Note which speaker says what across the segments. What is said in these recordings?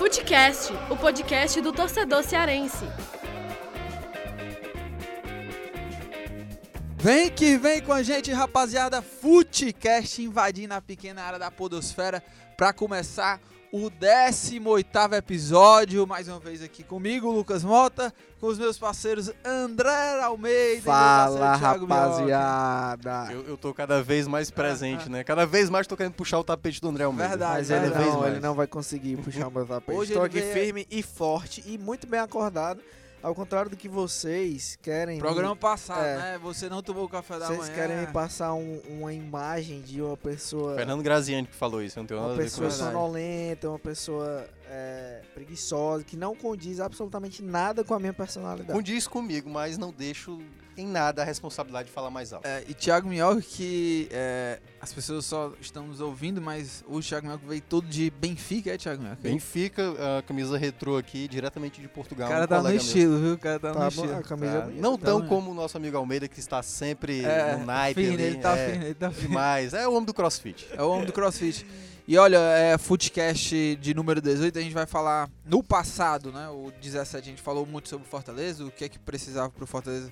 Speaker 1: Futecast, o podcast do torcedor cearense.
Speaker 2: Vem que vem com a gente, rapaziada. Futecast invadindo a pequena área da podosfera para começar o 18º episódio. Mais uma vez aqui comigo, Lucas Mota, com os meus parceiros André Almeida.
Speaker 3: Fala,
Speaker 2: e Thiago
Speaker 3: rapaziada.
Speaker 4: Eu tô cada vez mais presente, né? Cada vez mais tô querendo puxar o tapete do André Almeida.
Speaker 2: Verdade,
Speaker 3: Mas
Speaker 2: verdade.
Speaker 3: ele não vai conseguir puxar o meu tapete.
Speaker 2: Hoje
Speaker 3: Estou
Speaker 2: ele
Speaker 3: aqui
Speaker 2: veio-
Speaker 3: firme e forte e muito bem acordado. Ao contrário do que vocês querem.
Speaker 2: Programa passado,
Speaker 3: É.
Speaker 2: né? Você não tomou o café da
Speaker 3: Vocês
Speaker 2: manhã.
Speaker 3: querem me passar uma imagem de uma pessoa.
Speaker 4: Fernando Graziani que falou isso, eu não tenho nada
Speaker 3: Uma
Speaker 4: a ver com
Speaker 3: pessoa
Speaker 4: isso.
Speaker 2: verdade.
Speaker 3: sonolenta, uma pessoa preguiçosa, que não condiz absolutamente nada com a minha personalidade.
Speaker 4: Condiz comigo, mas não deixo em nada a responsabilidade de falar mais alto.
Speaker 2: E Thiago Minhoca, que as pessoas só estão nos ouvindo, mas o Thiago Minhoca veio todo de Benfica, Thiago Minhoca?
Speaker 4: Benfica, a camisa retrô aqui, diretamente de
Speaker 2: O
Speaker 4: Portugal.
Speaker 2: cara
Speaker 4: um
Speaker 2: tá no
Speaker 4: colega meu.
Speaker 2: estilo, viu? O cara tá no
Speaker 3: Tá bom,
Speaker 2: estilo.
Speaker 3: a camisa é
Speaker 4: Tá?
Speaker 3: bonita.
Speaker 4: Não tão
Speaker 2: Então,
Speaker 4: como o nosso amigo Almeida, que está sempre no naipe
Speaker 2: fino,
Speaker 4: ali.
Speaker 2: ele tá fino, ele tá fino.
Speaker 4: Demais. É o homem do CrossFit.
Speaker 2: É o homem do CrossFit. E olha, Futecast de número 18, a gente vai falar no passado, né? O 17 a gente falou muito sobre o Fortaleza, o que é que precisava pro Fortaleza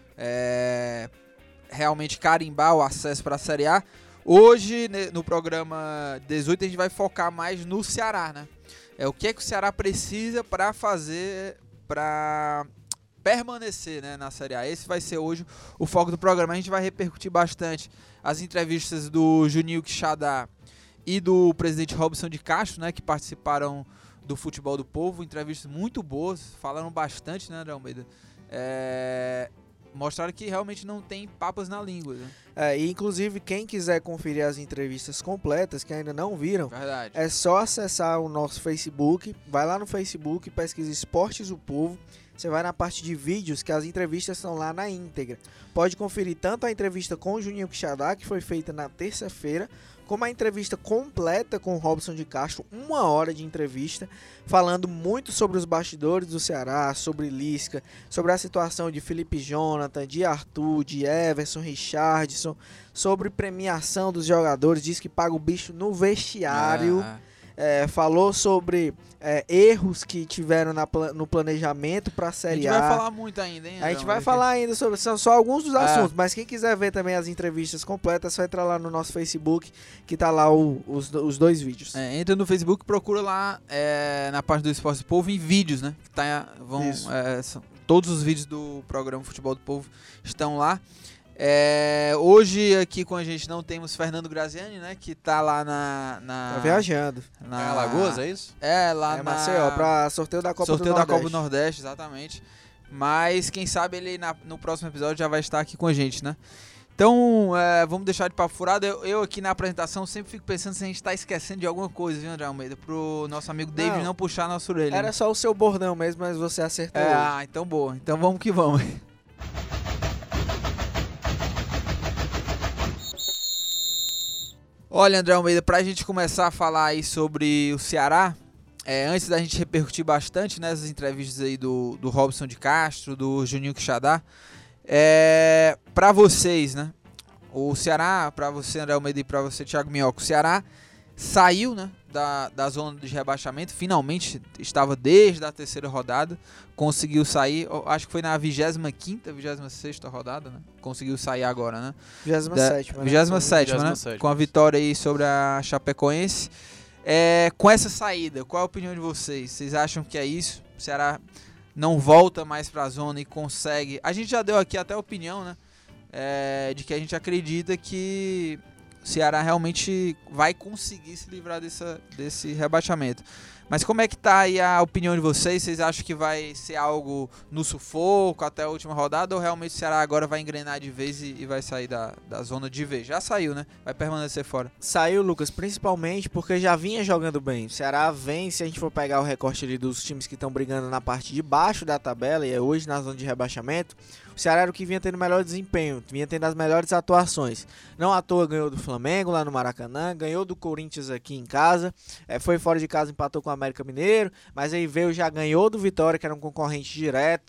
Speaker 2: realmente carimbar o acesso para a Série A. Hoje, no programa 18, a gente vai focar mais no Ceará, né? O que é que o Ceará precisa para fazer, para permanecer, né, na Série A. Esse vai ser hoje o foco do programa. A gente vai repercutir bastante as entrevistas do Juninho Quixadá e do presidente Robson de Castro, né, que participaram do Futebol do Povo. Entrevistas muito boas, falaram bastante, né, André Almeida? Mostraram que realmente não tem papas na língua, né?
Speaker 3: E inclusive, quem quiser conferir as entrevistas completas, que ainda não viram,
Speaker 2: Verdade.
Speaker 3: é só acessar o nosso Facebook, vai lá no Facebook, pesquisa Esportes do Povo, você vai na parte de vídeos, que as entrevistas estão lá na íntegra. Pode conferir tanto a entrevista com o Juninho Quixadá, que foi feita na terça-feira, como a entrevista completa com o Robson de Castro, 1 hora de entrevista, falando muito sobre os bastidores do Ceará, sobre Lisca, sobre a situação de Felipe Jonathan, de Arthur, de Everson, Richardson, sobre premiação dos jogadores, diz que paga o bicho no vestiário. Falou sobre erros que tiveram no planejamento para a
Speaker 2: A
Speaker 3: Série
Speaker 2: gente
Speaker 3: A.
Speaker 2: vai falar muito ainda, hein?
Speaker 3: A gente
Speaker 2: André
Speaker 3: vai
Speaker 2: Almeida?
Speaker 3: falar ainda sobre. São só alguns dos assuntos, mas quem quiser ver também as entrevistas completas, é só entrar lá no nosso Facebook, que tá lá os 2 vídeos.
Speaker 2: Entra no Facebook, procura lá na parte do Esporte do Povo em vídeos, né? Que
Speaker 3: Isso.
Speaker 2: todos os vídeos do programa Futebol do Povo estão lá. Hoje aqui com a gente não temos Fernando Graziani, né? Que tá lá
Speaker 3: Tá viajando.
Speaker 2: na
Speaker 4: Alagoas, é isso?
Speaker 2: lá na
Speaker 3: Maceió, pra sorteio da Copa
Speaker 2: sorteio
Speaker 3: do
Speaker 2: da
Speaker 3: Nordeste.
Speaker 2: Copa do Nordeste, exatamente. Mas quem sabe ele no próximo episódio já vai estar aqui com a gente, né? Então, vamos deixar de papo furado. Eu aqui na apresentação sempre fico pensando se a gente tá esquecendo de alguma coisa, viu, André Almeida? Pro nosso amigo David não puxar a nossa orelha.
Speaker 3: Era só o seu bordão mesmo, mas você acertou.
Speaker 2: Então boa. Então vamos que vamos. Olha, André Almeida, pra gente começar a falar aí sobre o Ceará, antes da gente repercutir bastante nessas entrevistas aí do Robson de Castro, do Juninho Quixadá, pra vocês, né? O Ceará, pra você, André Almeida, e pra você, Thiago Minhoca, o Ceará saiu, né, da zona de rebaixamento, finalmente estava desde a 3ª rodada, conseguiu sair, acho que foi na 25ª, 26ª rodada, né? Conseguiu sair agora, né?
Speaker 3: 27ª, né?
Speaker 2: 27ª, né?
Speaker 4: 27ª.
Speaker 2: Com a vitória aí sobre a Chapecoense. Com essa saída, qual a opinião de vocês? Vocês acham que é isso? O Ceará não volta mais pra zona e consegue... A gente já deu aqui até a opinião, né? De que a gente acredita que o Ceará realmente vai conseguir se livrar desse rebaixamento. Mas como é que tá aí a opinião de vocês? Vocês acham que vai ser algo no sufoco até a última rodada ou realmente o Ceará agora vai engrenar de vez e vai sair da zona de vez? Já saiu, né? Vai permanecer fora.
Speaker 3: Saiu, Lucas, principalmente porque já vinha jogando bem. O Ceará vem, se a gente for pegar o recorte ali dos times que estão brigando na parte de baixo da tabela, e é hoje na zona de rebaixamento, o Ceará era o que vinha tendo melhor desempenho, vinha tendo as melhores atuações. Não à toa ganhou do Flamengo lá no Maracanã, ganhou do Corinthians aqui em casa, foi fora de casa, empatou com o América Mineiro, mas aí veio, já ganhou do Vitória, que era um concorrente direto.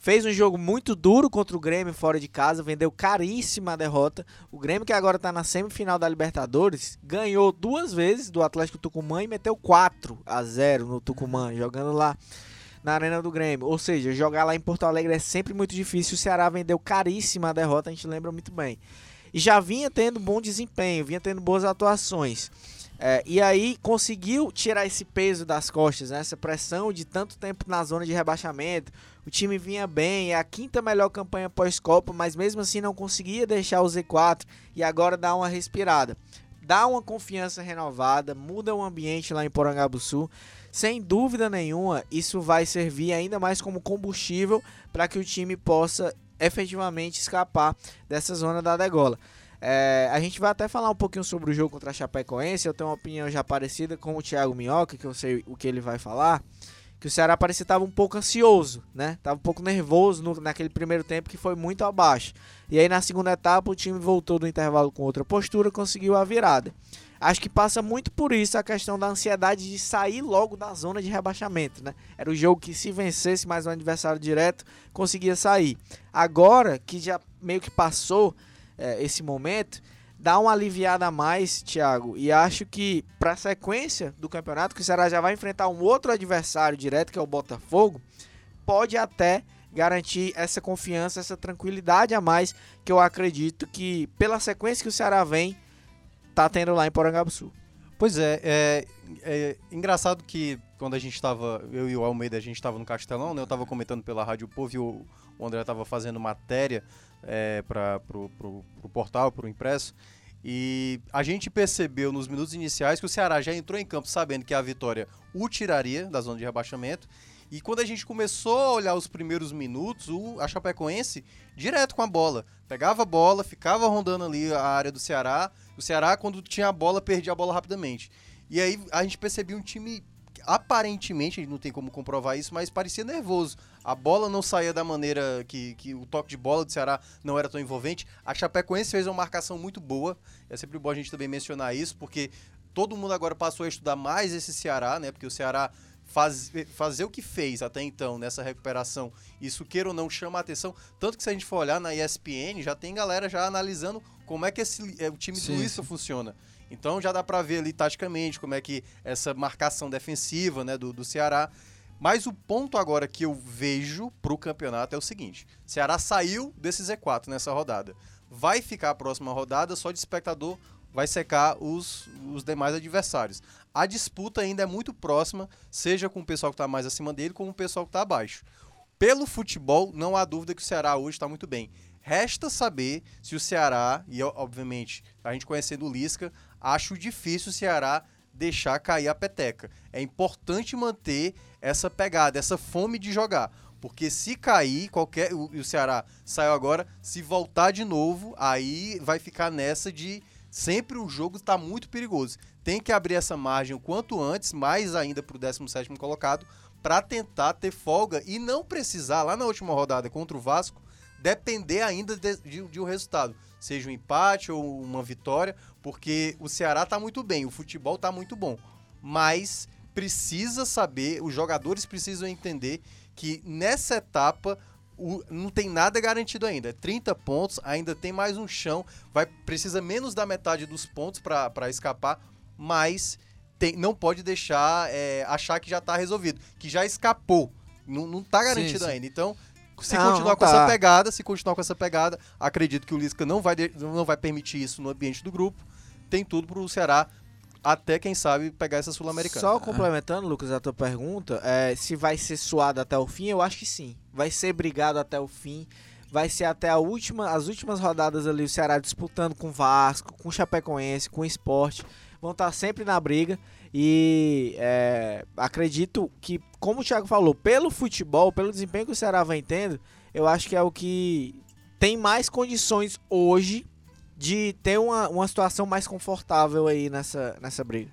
Speaker 3: Fez um jogo muito duro contra o Grêmio fora de casa, vendeu caríssima a derrota. O Grêmio, que agora está na semifinal da Libertadores, ganhou 2 vezes do Atlético Tucumã e meteu 4-0 no Tucumã, jogando lá na Arena do Grêmio. Ou seja, jogar lá em Porto Alegre é sempre muito difícil. O Ceará vendeu caríssima a derrota, a gente lembra muito bem. E já vinha tendo bom desempenho, vinha tendo boas atuações. E aí conseguiu tirar esse peso das costas, né? Essa pressão de tanto tempo na zona de rebaixamento. O time vinha bem, é a 5ª melhor campanha pós-Copa, mas mesmo assim não conseguia deixar o Z4 e agora dá uma respirada. Dá uma confiança renovada, muda o ambiente lá em Porangabuçu. Sem dúvida nenhuma, isso vai servir ainda mais como combustível para que o time possa efetivamente escapar dessa zona da degola. A gente vai até falar um pouquinho sobre o jogo contra a Chapecoense. Eu tenho uma opinião já parecida com o Thiago Minhoca, que eu sei o que ele vai falar. Que o Ceará parecia que estava um pouco ansioso, né? Estava um pouco nervoso naquele primeiro tempo, que foi muito abaixo. E aí na segunda etapa o time voltou do intervalo com outra postura, conseguiu a virada. Acho que passa muito por isso a questão da ansiedade de sair logo da zona de rebaixamento, né? Era o jogo que, se vencesse mais um adversário direto, conseguia sair. Agora que já meio que passou esse momento, dá uma aliviada a mais, Thiago, e acho que para a sequência do campeonato, que o Ceará já vai enfrentar um outro adversário direto, que é o Botafogo, pode até garantir essa confiança, essa tranquilidade a mais, que eu acredito que, pela sequência que o Ceará vem, tá tendo lá em Porangabuçu.
Speaker 4: Pois é engraçado que quando a gente estava, eu e o Almeida, a gente estava no Castelão, né? Eu estava comentando pela Rádio Povo e o André estava fazendo matéria pro portal, pro impresso, e a gente percebeu nos minutos iniciais que o Ceará já entrou em campo sabendo que a vitória o tiraria da zona de rebaixamento, e quando a gente começou a olhar os primeiros minutos, a Chapecoense, direto com a bola, pegava a bola, ficava rondando ali a área do Ceará, o Ceará, quando tinha a bola, perdia a bola rapidamente. E aí a gente percebia um time, aparentemente, a gente não tem como comprovar isso, mas parecia nervoso. A bola não saía da maneira que o toque de bola do Ceará não era tão envolvente. A Chapecoense fez uma marcação muito boa, é sempre bom a gente também mencionar isso, porque todo mundo agora passou a estudar mais esse Ceará, né? Porque o Ceará fazer o que fez até então nessa recuperação, isso queira ou não chama a atenção, tanto que se a gente for olhar na ESPN, já tem galera já analisando como é que o time do Lisca funciona. Então já dá pra ver ali taticamente como é que essa marcação defensiva, né, do Ceará. Mas o ponto agora que eu vejo pro campeonato é o seguinte: Ceará saiu desse Z4 nessa rodada. Vai ficar a próxima rodada só de espectador, vai secar os demais adversários. A disputa ainda é muito próxima, seja com o pessoal que está mais acima dele, como o pessoal que está abaixo. Pelo futebol, não há dúvida que o Ceará hoje está muito bem. Resta saber se o Ceará, e obviamente a gente conhecendo o Lisca, acho difícil o Ceará deixar cair a peteca. É importante manter essa pegada, essa fome de jogar. Porque se cair, o Ceará saiu agora, se voltar de novo, aí vai ficar nessa de sempre o jogo está muito perigoso. Tem que abrir essa margem o quanto antes, mais ainda para o 17º colocado, para tentar ter folga e não precisar, lá na última rodada contra o Vasco, depender ainda de um resultado. Seja um empate ou uma vitória, porque o Ceará está muito bem, o futebol está muito bom. Mas precisa saber, os jogadores precisam entender que nessa etapa não tem nada garantido ainda. 30 pontos, ainda tem mais um chão, precisa menos da metade dos pontos para escapar, mas não pode deixar achar que já está resolvido, que já escapou. Não está garantido ainda. Então, se continuar com essa pegada, acredito que o Lisca não vai permitir isso no ambiente do grupo. Tem tudo para o Ceará até, quem sabe, pegar essa Sul-Americana.
Speaker 3: Só complementando, Lucas, a tua pergunta, se vai ser suado até o fim, eu acho que sim. Vai ser brigado até o fim, vai ser até as últimas rodadas ali, o Ceará disputando com o Vasco, com o Chapecoense, com o Sport, vão estar sempre na briga. E acredito que, como o Thiago falou, pelo futebol, pelo desempenho que o Ceará vem tendo, eu acho que é o que tem mais condições hoje de ter uma situação mais confortável aí nessa briga.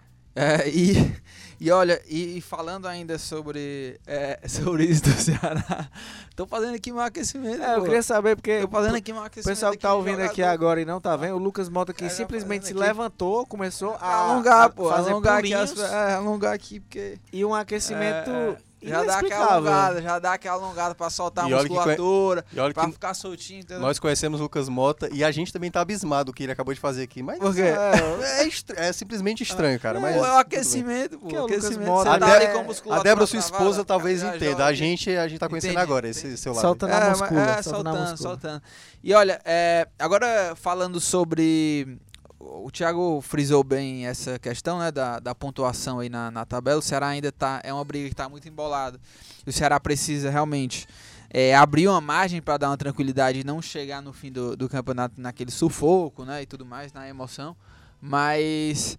Speaker 2: E olha, e falando ainda sobre isso do Ceará, tô fazendo aqui meu aquecimento.
Speaker 3: Eu queria saber, porque
Speaker 2: tô fazendo aqui meu aquecimento.
Speaker 3: O pessoal que tá ouvindo aqui agora e não tá vendo, o Lucas Mota aqui simplesmente se levantou, começou a
Speaker 2: alongar
Speaker 3: fazer
Speaker 2: alongar
Speaker 3: pulinhos,
Speaker 2: aqui, alongar aqui, porque...
Speaker 3: E um aquecimento
Speaker 2: Já dá aquela alongada pra soltar a musculatura, pra ficar soltinho. Entendeu?
Speaker 4: Nós conhecemos o Lucas Mota e a gente também tá abismado o que ele acabou de fazer aqui. Mas
Speaker 2: por quê?
Speaker 4: É simplesmente estranho, cara. Mas
Speaker 2: é o aquecimento, pô.
Speaker 3: O Lucas
Speaker 2: Aquecimento,
Speaker 3: Mota,
Speaker 2: você tá ali com a musculatura
Speaker 4: a Débora, sua esposa,
Speaker 2: travada,
Speaker 4: talvez
Speaker 2: já
Speaker 4: entenda.
Speaker 2: joga.
Speaker 4: A gente tá conhecendo agora esse seu lado.
Speaker 3: Solta na muscula.
Speaker 2: Soltando. E olha, agora falando sobre... O Thiago frisou bem essa questão, né, da pontuação aí na tabela. O Ceará ainda é uma briga que está muito embolada. O Ceará precisa realmente abrir uma margem para dar uma tranquilidade e não chegar no fim do campeonato naquele sufoco, né, e tudo mais, na emoção. Mas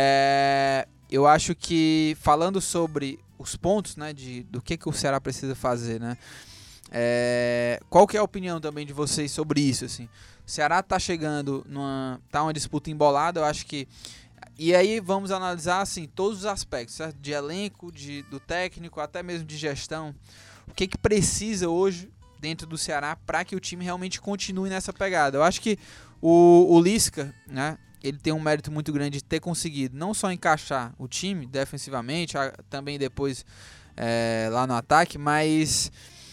Speaker 2: eu acho que falando sobre os pontos, né, do que o Ceará precisa fazer, né, qual que é a opinião também de vocês sobre isso, assim? O Ceará tá chegando tá uma disputa embolada, eu acho que... E aí vamos analisar, assim, todos os aspectos, certo? De elenco, do técnico, até mesmo de gestão. O que precisa hoje dentro do Ceará para que o time realmente continue nessa pegada? Eu acho que o Lisca, né, ele tem um mérito muito grande de ter conseguido não só encaixar o time defensivamente, também depois lá no ataque, mas...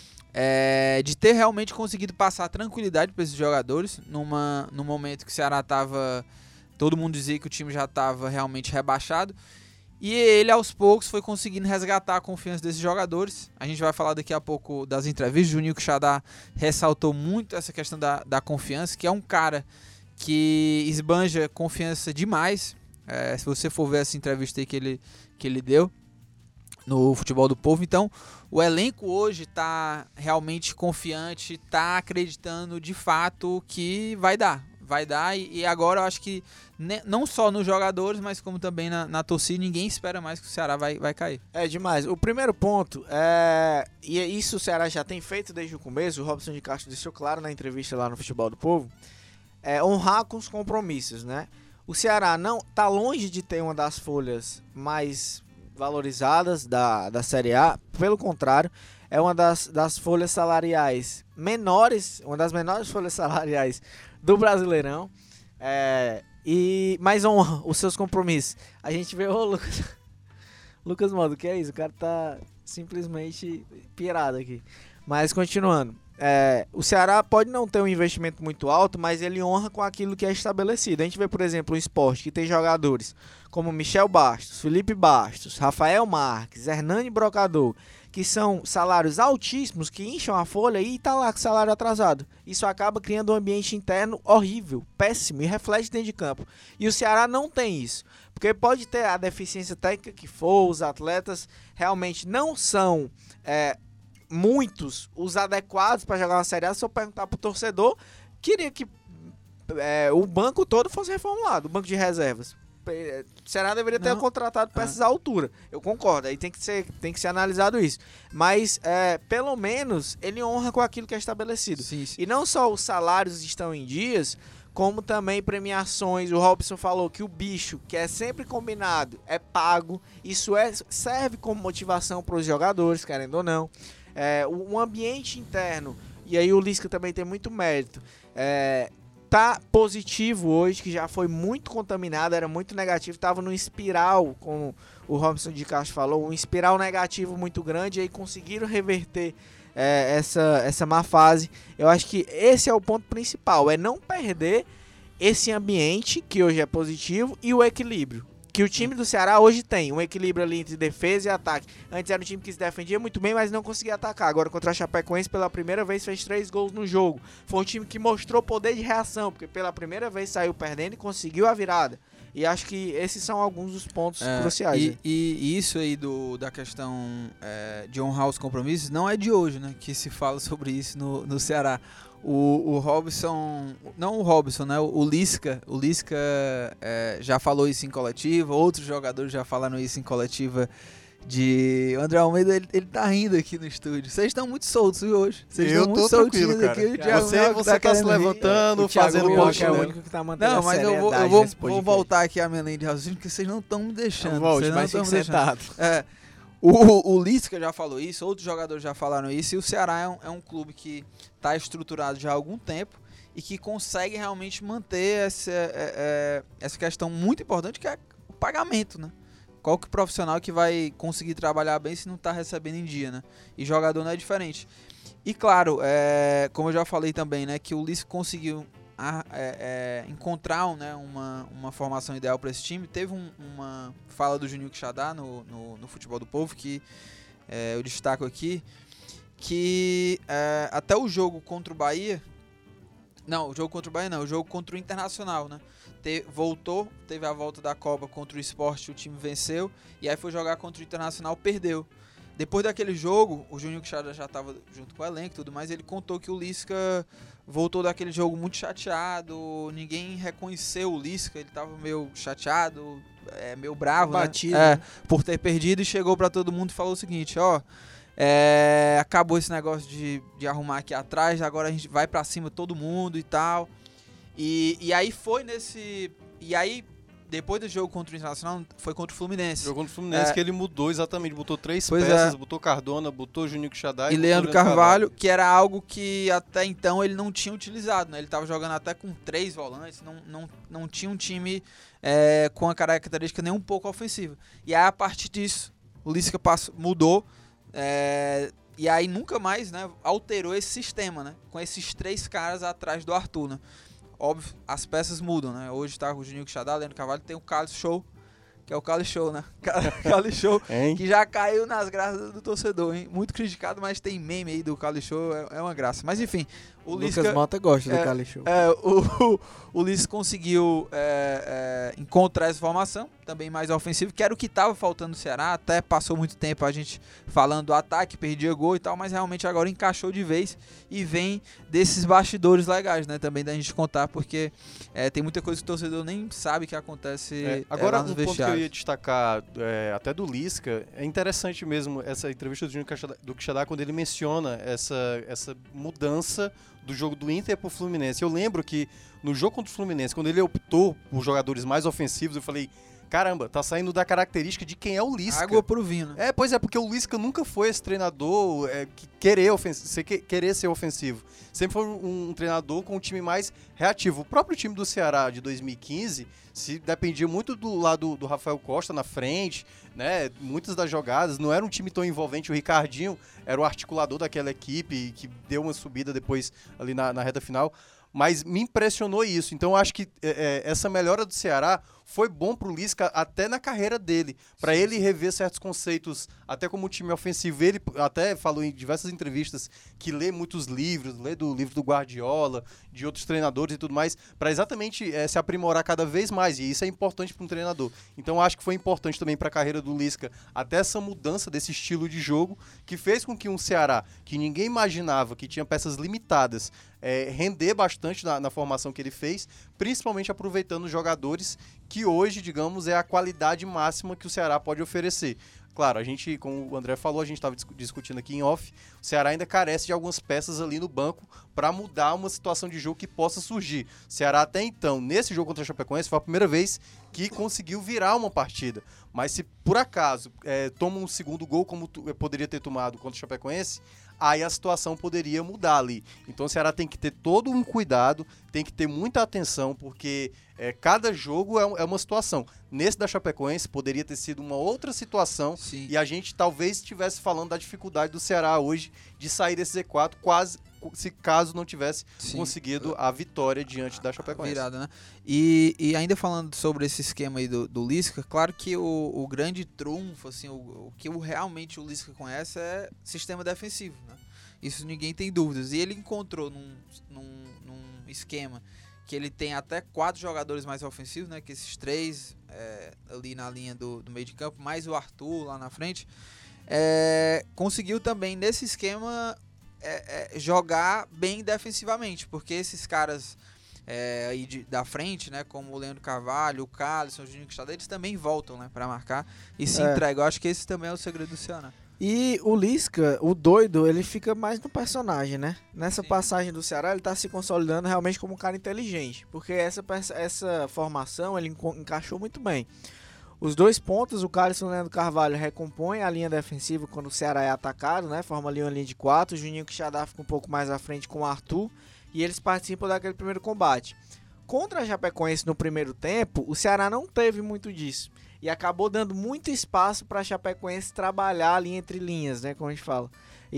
Speaker 2: de ter realmente conseguido passar tranquilidade para esses jogadores no momento que o Ceará estava... Todo mundo dizia que o time já estava realmente rebaixado. E ele, aos poucos, foi conseguindo resgatar a confiança desses jogadores. A gente vai falar daqui a pouco das entrevistas. O Juninho Quixadá ressaltou muito essa questão da confiança, que é um cara que esbanja confiança demais. Se você for ver essa entrevista aí que ele deu no Futebol do Povo. Então, o elenco hoje está realmente confiante, está acreditando de fato que vai dar. E agora eu acho que não só nos jogadores, mas como também na torcida, ninguém espera mais que o Ceará vai cair.
Speaker 3: É demais. O primeiro ponto, e isso o Ceará já tem feito desde o começo, o Robson de Castro deixou claro na entrevista lá no Futebol do Povo, honrar com os compromissos, né? O Ceará não tá longe de ter uma das folhas mais valorizadas da Série A, pelo contrário, é uma das folhas salariais menores, uma das menores folhas salariais do Brasileirão, mas honra os seus compromissos. A gente vê o Lucas Modo, o que é isso? O cara tá simplesmente pirado aqui. Mas continuando, o Ceará pode não ter um investimento muito alto, mas ele honra com aquilo que é estabelecido. A gente vê, por exemplo, o Sport, que tem jogadores como Michel Bastos, Felipe Bastos, Rafael Marques, Hernani Brocador, que são salários altíssimos, que incham a folha e tá lá com salário atrasado. Isso acaba criando um ambiente interno horrível, péssimo e reflete dentro de campo. E o Ceará não tem isso, porque pode ter a deficiência técnica que for, os atletas realmente não são muitos os adequados para jogar uma Série A. Se eu perguntar pro torcedor, queria que o banco todo fosse reformulado, o banco de reservas. O Ceará deveria ter contratado peças à altura. Eu concordo, aí tem que ser analisado isso. Mas, pelo menos, ele honra com aquilo que é estabelecido.
Speaker 2: Sim.
Speaker 3: E não só os salários estão em dias, como também premiações. O Robson falou que o bicho, que é sempre combinado, é pago. Isso serve como motivação para os jogadores, querendo ou não. Um ambiente interno, e aí o Lisca também tem muito mérito, tá positivo hoje, que já foi muito contaminado, era muito negativo, tava num espiral, como o Robson de Castro falou, um espiral negativo muito grande, e aí conseguiram reverter essa má fase. Eu acho que esse é o ponto principal, é não perder esse ambiente, que hoje é positivo, e o equilíbrio, que o time do Ceará hoje tem, um equilíbrio ali entre defesa e ataque. Antes era um time que se defendia muito bem, mas não conseguia atacar. Agora contra a Chapecoense, pela primeira vez, fez 3 gols no jogo. Foi um time que mostrou poder de reação, porque pela primeira vez saiu perdendo e conseguiu a virada. E acho que esses são alguns dos pontos cruciais.
Speaker 2: E isso aí da questão de honrar os compromissos não é de hoje, né? Que se fala sobre isso no Ceará. O Robson, não o Robson, né? O Lisca já falou isso em coletiva, outros jogadores já falaram isso em coletiva. O André Almeida, ele tá rindo aqui no estúdio. Vocês estão muito soltos hoje. Vocês estão muito soltinhos aqui. O Thiago
Speaker 4: você tá se levantando, fazendo
Speaker 3: post. É o único que tá mantendo.
Speaker 2: Não, mas eu vou voltar aqui a minha linha de raciocínio, porque vocês não estão me deixando.
Speaker 3: Volte, mas fique sentado.
Speaker 2: O Lisca já falou isso, outros jogadores já falaram isso, e o Ceará é um clube que está estruturado já há algum tempo e que consegue realmente manter essa questão muito importante, que é o pagamento, né? Qual que profissional que vai conseguir trabalhar bem se não tá recebendo em dia, né? E jogador não é diferente. E claro, como eu já falei também, né, que o Lisca conseguiu encontrar uma formação ideal para esse time. Teve uma fala do Juninho Quixadá no Futebol do Povo, que eu destaco aqui, que até o jogo contra o Bahia, o jogo contra o Internacional, né? Teve a volta da Copa contra o Sport, o time venceu, e aí foi jogar contra o Internacional, perdeu. Depois daquele jogo, o Juninho Quixadá já estava junto com o elenco e tudo mais, ele contou que o Lisca voltou daquele jogo muito chateado, ninguém reconheceu o Lisca, ele estava meio chateado, meio bravo,
Speaker 3: batido,
Speaker 2: né? Por ter perdido, e chegou para todo mundo e falou o seguinte, acabou esse negócio de arrumar aqui atrás, agora a gente vai para cima todo mundo e tal. E aí foi nesse... E aí, depois do jogo contra o Internacional, foi contra o Fluminense.
Speaker 4: Jogou contra o Fluminense, que ele mudou exatamente, botou 3
Speaker 2: Pois
Speaker 4: peças, botou Cardona, botou Juninho Quixadá
Speaker 2: e Leandro Carvalho, que era algo que até então ele não tinha utilizado, né? Ele estava jogando até com 3 volantes, não tinha um time com a característica nem um pouco ofensiva. E aí, a partir disso, o Lisca mudou, e aí nunca mais, né, alterou esse sistema, né? Com esses 3 caras atrás do Arthur, né? Óbvio, as peças mudam, né? Hoje tá com o Juninho Quixadá, Leandro Carvalho, tem o Carlos Show, que é o Carlos Show, né? Carlos Show, que já caiu nas graças do torcedor, hein? Muito criticado, mas tem meme aí do Carlos Show, é uma graça. Mas enfim, o
Speaker 3: Lucas Mota gosta do Carlos Show.
Speaker 2: O Lisca conseguiu encontrar essa formação, também mais ofensivo, que era o que estava faltando no Ceará. Até passou muito tempo a gente falando do ataque, perdia gol e tal, mas realmente agora encaixou de vez e vem desses bastidores legais, né? Também da gente contar, porque tem muita coisa que o torcedor nem sabe que acontece
Speaker 4: agora,
Speaker 2: lá nos
Speaker 4: ponto que eu
Speaker 2: vestiários.
Speaker 4: ia destacar até do Lisca, é interessante mesmo essa entrevista do Juninho Quixadá quando ele menciona essa mudança do jogo do Inter pro Fluminense. Eu lembro que no jogo contra o Fluminense, quando ele optou por jogadores mais ofensivos, eu falei, caramba, tá saindo da característica de quem é o Lisca.
Speaker 2: Água pro vinho, né?
Speaker 4: Pois é, porque o Lisca nunca foi esse treinador que querer ser ofensivo. Sempre foi um treinador com um time mais reativo. O próprio time do Ceará de 2015 se dependia muito do lado do Rafael Costa na frente, né? Muitas das jogadas, não era um time tão envolvente. O Ricardinho era o articulador daquela equipe que deu uma subida depois ali na reta final. Mas me impressionou isso. Então eu acho que essa melhora do Ceará foi bom pro Lisca até na carreira dele, para ele rever certos conceitos, até como time ofensivo. Ele até falou em diversas entrevistas que lê muitos livros, lê do livro do Guardiola, de outros treinadores e tudo mais, para exatamente se aprimorar cada vez mais, e isso é importante para um treinador. Então eu acho que foi importante também para a carreira do Lisca, até essa mudança desse estilo de jogo, que fez com que um Ceará, que ninguém imaginava, que tinha peças limitadas, render bastante na formação que ele fez, principalmente aproveitando os jogadores que hoje, digamos, é a qualidade máxima que o Ceará pode oferecer. Claro, a gente, como o André falou, a gente estava discutindo aqui em off, o Ceará ainda carece de algumas peças ali no banco para mudar uma situação de jogo que possa surgir. O Ceará até então, nesse jogo contra a Chapecoense, foi a primeira vez que conseguiu virar uma partida. Mas se por acaso toma um segundo gol, como poderia ter tomado contra a Chapecoense, aí a situação poderia mudar ali. Então o Ceará tem que ter todo um cuidado, tem que ter muita atenção, porque cada jogo é uma situação. Nesse da Chapecoense poderia ter sido uma outra situação. Sim. E a gente talvez estivesse falando da dificuldade do Ceará hoje de sair desse Z4, caso não tivesse conseguido a vitória diante da Chapecoense.
Speaker 2: Virada, né? E ainda falando sobre esse esquema aí do Lisca, claro que o grande trunfo, assim, o que realmente o Lisca conhece é sistema defensivo, né? Isso ninguém tem dúvidas. E ele encontrou num esquema que ele tem até 4 jogadores mais ofensivos, né? Que esses 3 ali na linha do meio de campo, mais o Arthur lá na frente. Conseguiu também nesse esquema jogar bem defensivamente, porque esses caras aí da frente, né, como o Leandro Carvalho, o Carlos, o Juninho Quixadá, eles também voltam, né, para marcar e se entregam. Eu acho que esse também é o segredo do Ceará.
Speaker 3: E o Lisca, o doido, ele fica mais no personagem, né? Nessa passagem do Ceará, ele tá se consolidando realmente como um cara inteligente, porque essa formação ele encaixou muito bem. Os 2 pontos, o Carlos e o Leandro Carvalho recompõem a linha defensiva quando o Ceará é atacado, né? Forma ali uma linha de 4, o Juninho Quixadá fica um pouco mais à frente com o Arthur e eles participam daquele primeiro combate. Contra a Chapecoense no primeiro tempo, o Ceará não teve muito disso. E acabou dando muito espaço para a Chapecoense trabalhar ali entre linhas, né, como a gente fala.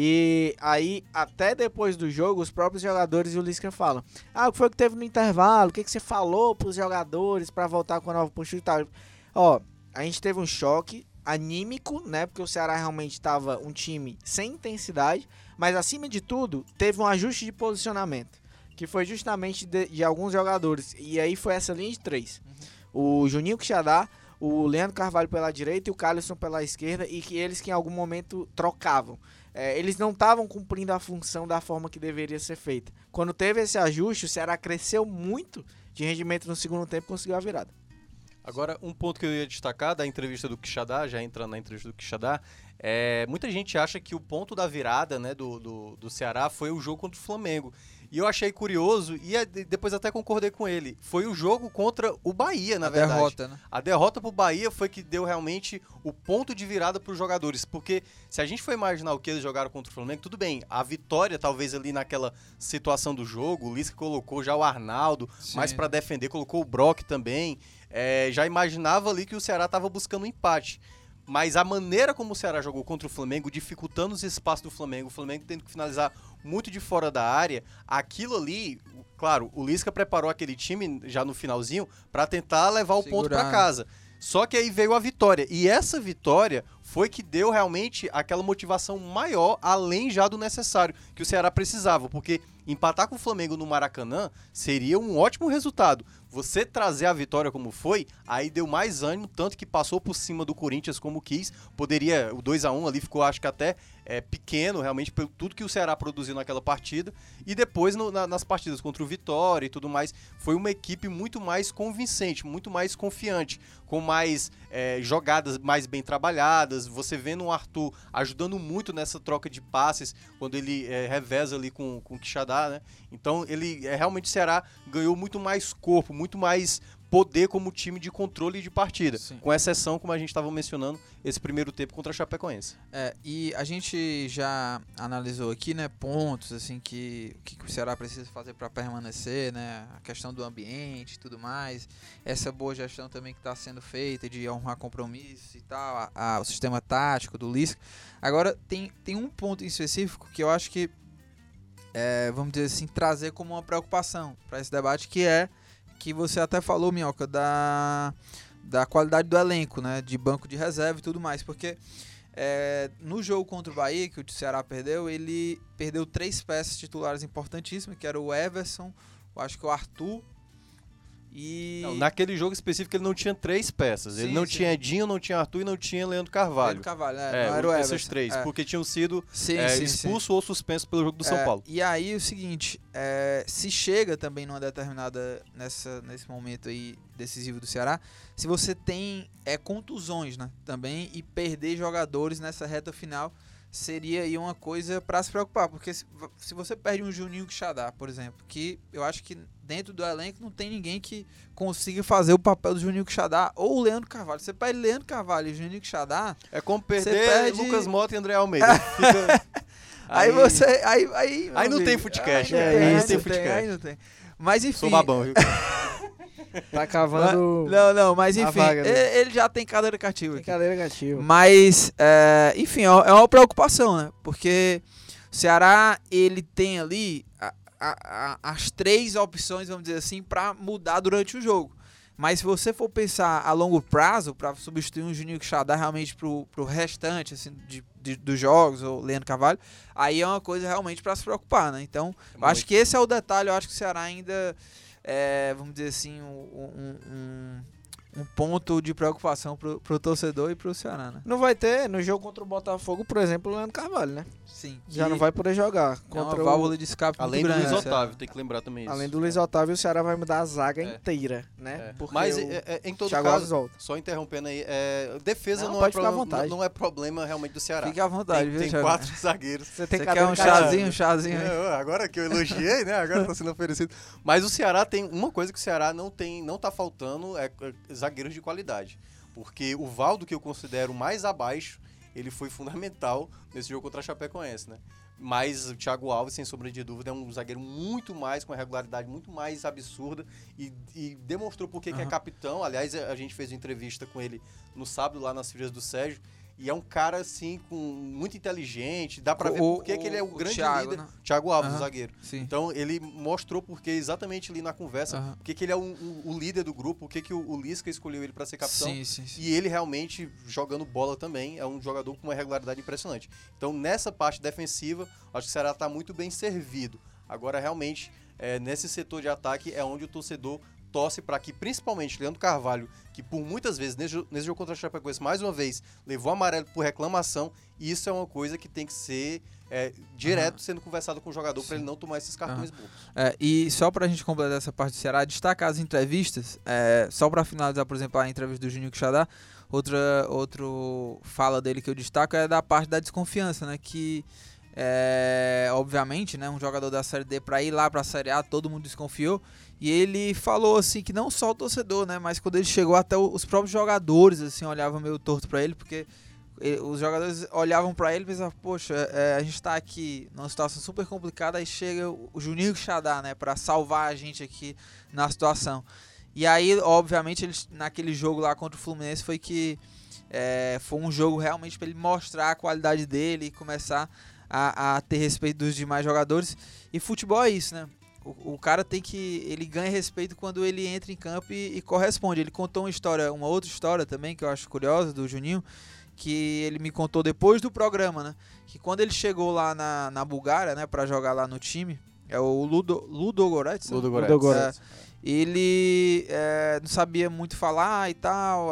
Speaker 3: E aí, até depois do jogo, os próprios jogadores e o Lisca falam: o que foi que teve no intervalo? O que você falou para os jogadores para voltar com a nova postura e tal? Ó, a gente teve um choque anímico, né, porque o Ceará realmente estava um time sem intensidade, mas acima de tudo, teve um ajuste de posicionamento, que foi justamente de alguns jogadores. E aí foi essa linha de 3. O Juninho Quixadá, o Leandro Carvalho pela direita e o Carlson pela esquerda, e que eles que em algum momento trocavam. Eles não estavam cumprindo a função da forma que deveria ser feita. Quando teve esse ajuste, o Ceará cresceu muito de rendimento no segundo tempo e conseguiu a virada.
Speaker 4: Agora, um ponto que eu ia destacar da entrevista do Quixadá, já entrando na entrevista do Quixadá, muita gente acha que o ponto da virada, né, do Ceará foi o jogo contra o Flamengo. E eu achei curioso, e depois até concordei com ele, foi o jogo contra o Bahia, na verdade.
Speaker 2: Derrota, né?
Speaker 4: A derrota pro Bahia foi que deu realmente o ponto de virada para os jogadores, porque se a gente for imaginar o que eles jogaram contra o Flamengo, tudo bem, a vitória talvez ali naquela situação do jogo, o Lisca colocou já o Arnaldo, mais para defender, colocou o Brock também, já imaginava ali que o Ceará estava buscando um empate. Mas a maneira como o Ceará jogou contra o Flamengo, dificultando os espaços do Flamengo, o Flamengo tendo que finalizar muito de fora da área, aquilo ali, claro, o Lisca preparou aquele time já no finalzinho para tentar levar o ponto para casa. Só que aí veio a vitória, e essa vitória foi que deu realmente aquela motivação maior, além já do necessário, que o Ceará precisava, porque empatar com o Flamengo no Maracanã seria um ótimo resultado. Você trazer a vitória como foi, aí deu mais ânimo, tanto que passou por cima do Corinthians como quis, poderia, o 2-1 ali ficou acho que até pequeno, realmente, pelo tudo que o Ceará produziu naquela partida, e depois nas partidas contra o Vitória e tudo mais, foi uma equipe muito mais convincente, muito mais confiante, com mais jogadas mais bem trabalhadas, você vendo o Arthur ajudando muito nessa troca de passes, quando ele reveza ali com o Quixadá, né? Então, ele realmente o Ceará ganhou muito mais corpo, muito mais poder como time de controle de partida. Sim. Com exceção, como a gente estava mencionando, esse primeiro tempo contra a Chapecoense.
Speaker 2: E a gente já analisou aqui, né, pontos assim que o Ceará precisa fazer para permanecer, né, a questão do ambiente e tudo mais, essa boa gestão também que está sendo feita de honrar compromissos e tal, o sistema tático do Lisca. Agora, tem um ponto em específico que eu acho que, vamos dizer assim, trazer como uma preocupação para esse debate, que você até falou, Minhoca, da qualidade do elenco, né, de banco de reserva e tudo mais, porque no jogo contra o Bahia, que o Ceará perdeu, ele perdeu 3 peças titulares importantíssimas, que era o Everson, eu acho que o Arthur e...
Speaker 4: Não, naquele jogo específico ele não tinha 3 peças, ele não tinha Edinho, não tinha Arthur e não tinha Leandro Carvalho.
Speaker 2: Leandro Carvalho, não era o Everson.
Speaker 4: Esses 3, porque tinham sido expulsos ou suspensos pelo jogo do São Paulo.
Speaker 2: E aí o seguinte, se chega também numa determinada, nesse momento aí decisivo do Ceará, se você tem contusões, né, também, e perder jogadores nessa reta final, seria aí uma coisa para se preocupar, porque se você perde um Juninho Quixadá, por exemplo, que eu acho que dentro do elenco não tem ninguém que consiga fazer o papel do Juninho Quixadá ou o Leandro Carvalho. Você perde Leandro Carvalho e Juninho Quixadá,
Speaker 4: é como perder Lucas Mota e André Almeida. Fica...
Speaker 2: aí você...
Speaker 4: Aí não tem futecast.
Speaker 2: Aí não tem. Mas enfim...
Speaker 4: Sou babão, viu?
Speaker 3: Tá cavando...
Speaker 2: Não, mas enfim, ele já tem cadeira cativa.
Speaker 3: Tem cadeira cativa.
Speaker 2: Mas, enfim, é uma preocupação, né? Porque o Ceará, ele tem ali as 3 opções, vamos dizer assim, para mudar durante o jogo. Mas se você for pensar a longo prazo, para substituir um Juninho Quixadá realmente pro restante assim, dos jogos, ou Leandro Carvalho, aí é uma coisa realmente para se preocupar, né? Então, eu acho que esse é o detalhe, eu acho que o Ceará ainda... vamos dizer assim, um ponto de preocupação pro torcedor e pro Ceará, né?
Speaker 3: Não vai ter no jogo contra o Botafogo, por exemplo, o Leandro Carvalho, né?
Speaker 2: Sim.
Speaker 3: Já não vai poder jogar.
Speaker 2: Contra uma válvula de escape
Speaker 4: além
Speaker 2: muito
Speaker 4: do
Speaker 2: grande,
Speaker 4: Luiz Otávio, tem que lembrar também isso.
Speaker 3: Além do Luiz Otávio, o Ceará vai mudar a zaga inteira, né?
Speaker 4: Mas em todo
Speaker 3: Thiago
Speaker 4: caso, só interrompendo aí, defesa não é problema realmente do Ceará.
Speaker 2: Fica à vontade,
Speaker 4: tem 4 zagueiros.
Speaker 3: Você
Speaker 2: quer um chazinho aí?
Speaker 4: Agora que eu elogiei, né? Agora tá sendo oferecido. Mas o Ceará tem uma coisa que o Ceará não tá faltando, zagueiros de qualidade. Porque o Valdo, que eu considero mais abaixo, ele foi fundamental nesse jogo contra a Chapecoense, né? Mas o Thiago Alves, sem sombra de dúvida, é um zagueiro muito mais, com uma regularidade muito mais absurda e demonstrou por que é capitão. Aliás, a gente fez uma entrevista com ele no sábado lá nas filhas do Sérgio. E é um cara, assim, muito inteligente. Dá pra ver por que ele é o grande
Speaker 2: Thiago,
Speaker 4: líder.
Speaker 2: né?
Speaker 4: Thiago Alves, o zagueiro.
Speaker 2: Sim.
Speaker 4: Então, ele mostrou porque exatamente ali na conversa, porque que ele é o líder do grupo, porque que o Lisca escolheu ele pra ser capitão.
Speaker 2: Sim.
Speaker 4: E ele realmente, jogando bola também, é um jogador com uma regularidade impressionante. Então, nessa parte defensiva, acho que o Ceará tá muito bem servido. Agora, realmente, nesse setor de ataque é onde o torcedor torce para que, principalmente, Leandro Carvalho, que por muitas vezes, nesse jogo contra a Chapecoense, mais uma vez, levou amarelo por reclamação, e isso é uma coisa que tem que ser direto sendo conversado com o jogador para ele não tomar esses cartões bobos.
Speaker 2: E só pra gente completar essa parte do Ceará, destacar as entrevistas, só pra finalizar, por exemplo, a entrevista do Juninho Quixadá, outra fala dele que eu destaco é da parte da desconfiança, né, que obviamente, né, um jogador da Série D para ir lá para a Série A, todo mundo desconfiou, e ele falou assim que não só o torcedor, né, mas quando ele chegou até os próprios jogadores assim olhavam meio torto para ele, porque os jogadores olhavam para ele e pensavam, poxa, a gente tá aqui numa situação super complicada, aí chega o Juninho Quixadá, né, para salvar a gente aqui na situação. E aí, obviamente, ele, naquele jogo lá contra o Fluminense foi que foi um jogo realmente para ele mostrar a qualidade dele e começar a ter respeito dos demais jogadores. E futebol é isso, né? O cara ele ganha respeito quando ele entra em campo e corresponde. Ele contou uma outra história também que eu acho curiosa do Juninho, que ele me contou depois do programa, né? Que quando ele chegou lá na Bulgária, né, para jogar lá no time, é o Ludogorets. Ele não sabia muito falar e tal,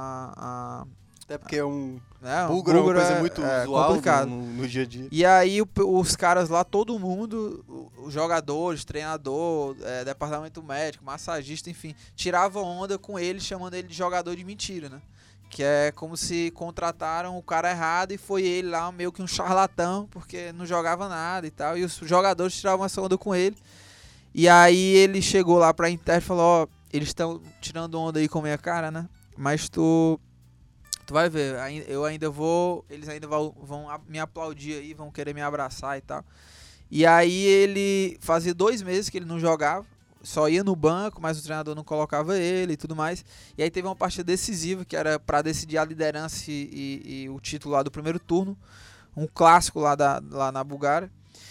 Speaker 4: até porque búlgaro é uma coisa muito usual
Speaker 2: complicado.
Speaker 4: No dia a dia.
Speaker 2: E aí os caras lá, todo mundo, os jogadores, treinador, departamento médico, massagista, enfim, tiravam onda com ele, chamando ele de jogador de mentira, né? Que é como se contrataram o cara errado e foi ele lá meio que um charlatão, porque não jogava nada e tal. E os jogadores tiravam essa onda com ele. E aí ele chegou lá pra Inter e falou, eles estão tirando onda aí com a minha cara, né? Mas tu vai ver, eles ainda vão me aplaudir aí, vão querer me abraçar e tal. E aí ele fazia 2 meses que ele não jogava, só ia no banco, mas o treinador não colocava ele e tudo mais. E aí teve uma partida decisiva, que era para decidir a liderança e o título lá do primeiro turno, um clássico lá na Bulgária.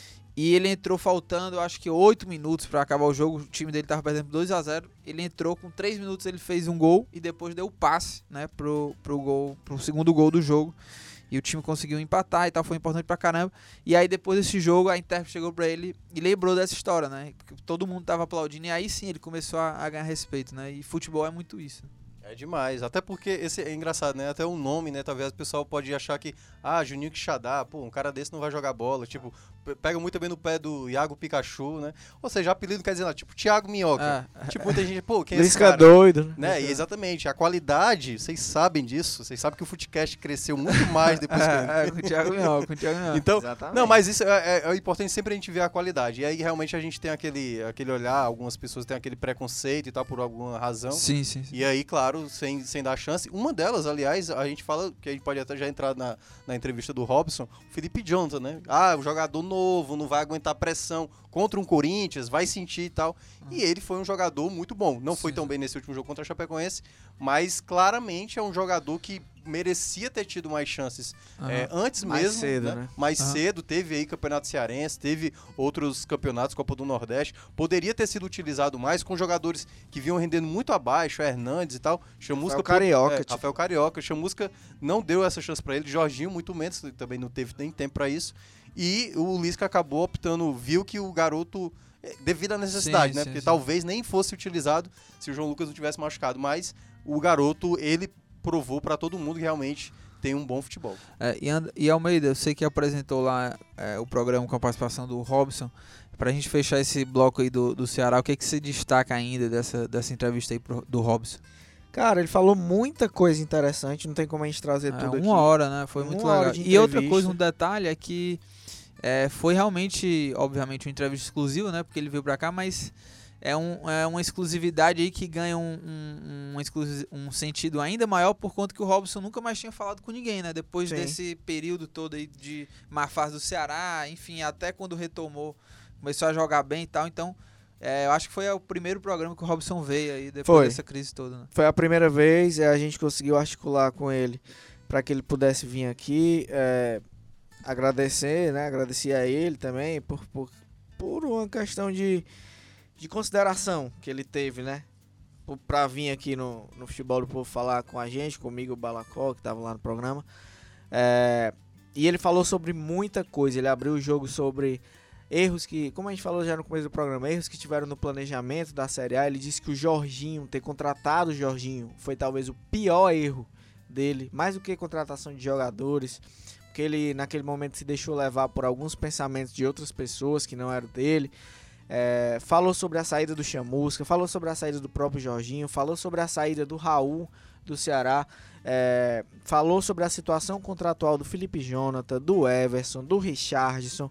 Speaker 2: E ele entrou faltando, acho que 8 minutos para acabar o jogo. O time dele estava perdendo 2-0. Ele entrou com 3 minutos, ele fez um gol e depois deu o passe, né, pro segundo gol do jogo. E o time conseguiu empatar e tal, foi importante pra caramba. E aí depois desse jogo a Inter chegou pra ele e lembrou dessa história, né? Porque todo mundo tava aplaudindo e aí sim ele começou a ganhar respeito, né? E futebol é muito isso.
Speaker 4: É demais, até porque esse é engraçado, né? Até o nome, né? Talvez o pessoal pode achar que, Juninho Quixadá, um cara desse não vai jogar bola. Tipo, pega muito bem no pé do Iago Pikachu, né? Ou seja, apelido quer dizer, tipo, Thiago Minhoca. Tipo, muita gente, quem é esse cara?
Speaker 3: Doido,
Speaker 4: né? E exatamente, a qualidade, vocês sabem disso, vocês sabem que o Footcast cresceu muito mais depois que...
Speaker 2: com o Thiago Minhoca,
Speaker 4: Então,
Speaker 3: exatamente.
Speaker 4: não, mas isso é importante sempre a gente ver a qualidade. E aí realmente a gente tem aquele olhar, algumas pessoas têm aquele preconceito e tal, por alguma razão.
Speaker 2: Sim.
Speaker 4: E aí, claro, sem dar chance. Uma delas, aliás, a gente fala, que a gente pode até já entrar na entrevista do Robson, o Felipe Jonathan, né? O jogador novo, não vai aguentar pressão contra um Corinthians, vai sentir e tal. E ele foi um jogador muito bom. Não foi tão bem nesse último jogo contra a Chapecoense, mas claramente é um jogador que merecia ter tido mais chances antes
Speaker 3: mais
Speaker 4: mesmo,
Speaker 3: cedo,
Speaker 4: né? Mais cedo, teve aí Campeonato Cearense, teve outros campeonatos, Copa do Nordeste, poderia ter sido utilizado mais com jogadores que vinham rendendo muito abaixo, Hernandes e tal, Chamusca, Rafael Carioca, Chamusca não deu essa chance pra ele, Jorginho muito menos, também não teve nem tempo pra isso, e o Lisca acabou optando, viu que o garoto, devido à necessidade, né? Porque talvez nem fosse utilizado se o João Lucas não tivesse machucado, mas o garoto, ele provou pra todo mundo que realmente tem um bom futebol.
Speaker 2: E Almeida, eu sei que apresentou lá o programa com a participação do Robson. Pra gente fechar esse bloco aí do Ceará, o que você destaca ainda dessa entrevista aí do Robson?
Speaker 3: Cara, ele falou muita coisa interessante, não tem como a gente trazer tudo aqui.
Speaker 2: 1 hora, né? Foi muito legal. E outra coisa, um detalhe é que foi realmente, obviamente, uma entrevista exclusiva, né? Porque ele veio pra cá, mas é uma exclusividade aí que ganha um sentido ainda maior por conta que o Robson nunca mais tinha falado com ninguém, né? Depois
Speaker 3: Sim.
Speaker 2: desse período todo aí de má fase do Ceará, enfim, até quando retomou, começou a jogar bem e tal. Então, eu acho que foi o primeiro programa que o Robson veio aí depois dessa crise toda, né?
Speaker 3: Foi a primeira vez, a gente conseguiu articular com ele para que ele pudesse vir aqui. Agradecer, né? Agradecer a ele também por uma questão de consideração que ele teve, né? Pra vir aqui no Futebol do Povo falar com a gente, comigo, o Balacó, que tava lá no programa. E ele falou sobre muita coisa. Ele abriu o jogo sobre erros que, como a gente falou já no começo do programa, erros que tiveram no planejamento da Série A. Ele disse que o Jorginho, ter contratado o Jorginho, foi talvez o pior erro dele, mais do que contratação de jogadores, porque ele naquele momento se deixou levar por alguns pensamentos de outras pessoas que não eram dele. Falou sobre a saída do Chamusca, falou sobre a saída do próprio Jorginho, falou sobre a saída do Raul do Ceará, falou sobre a situação contratual do Felipe Jonathan, do Everson, do Richardson,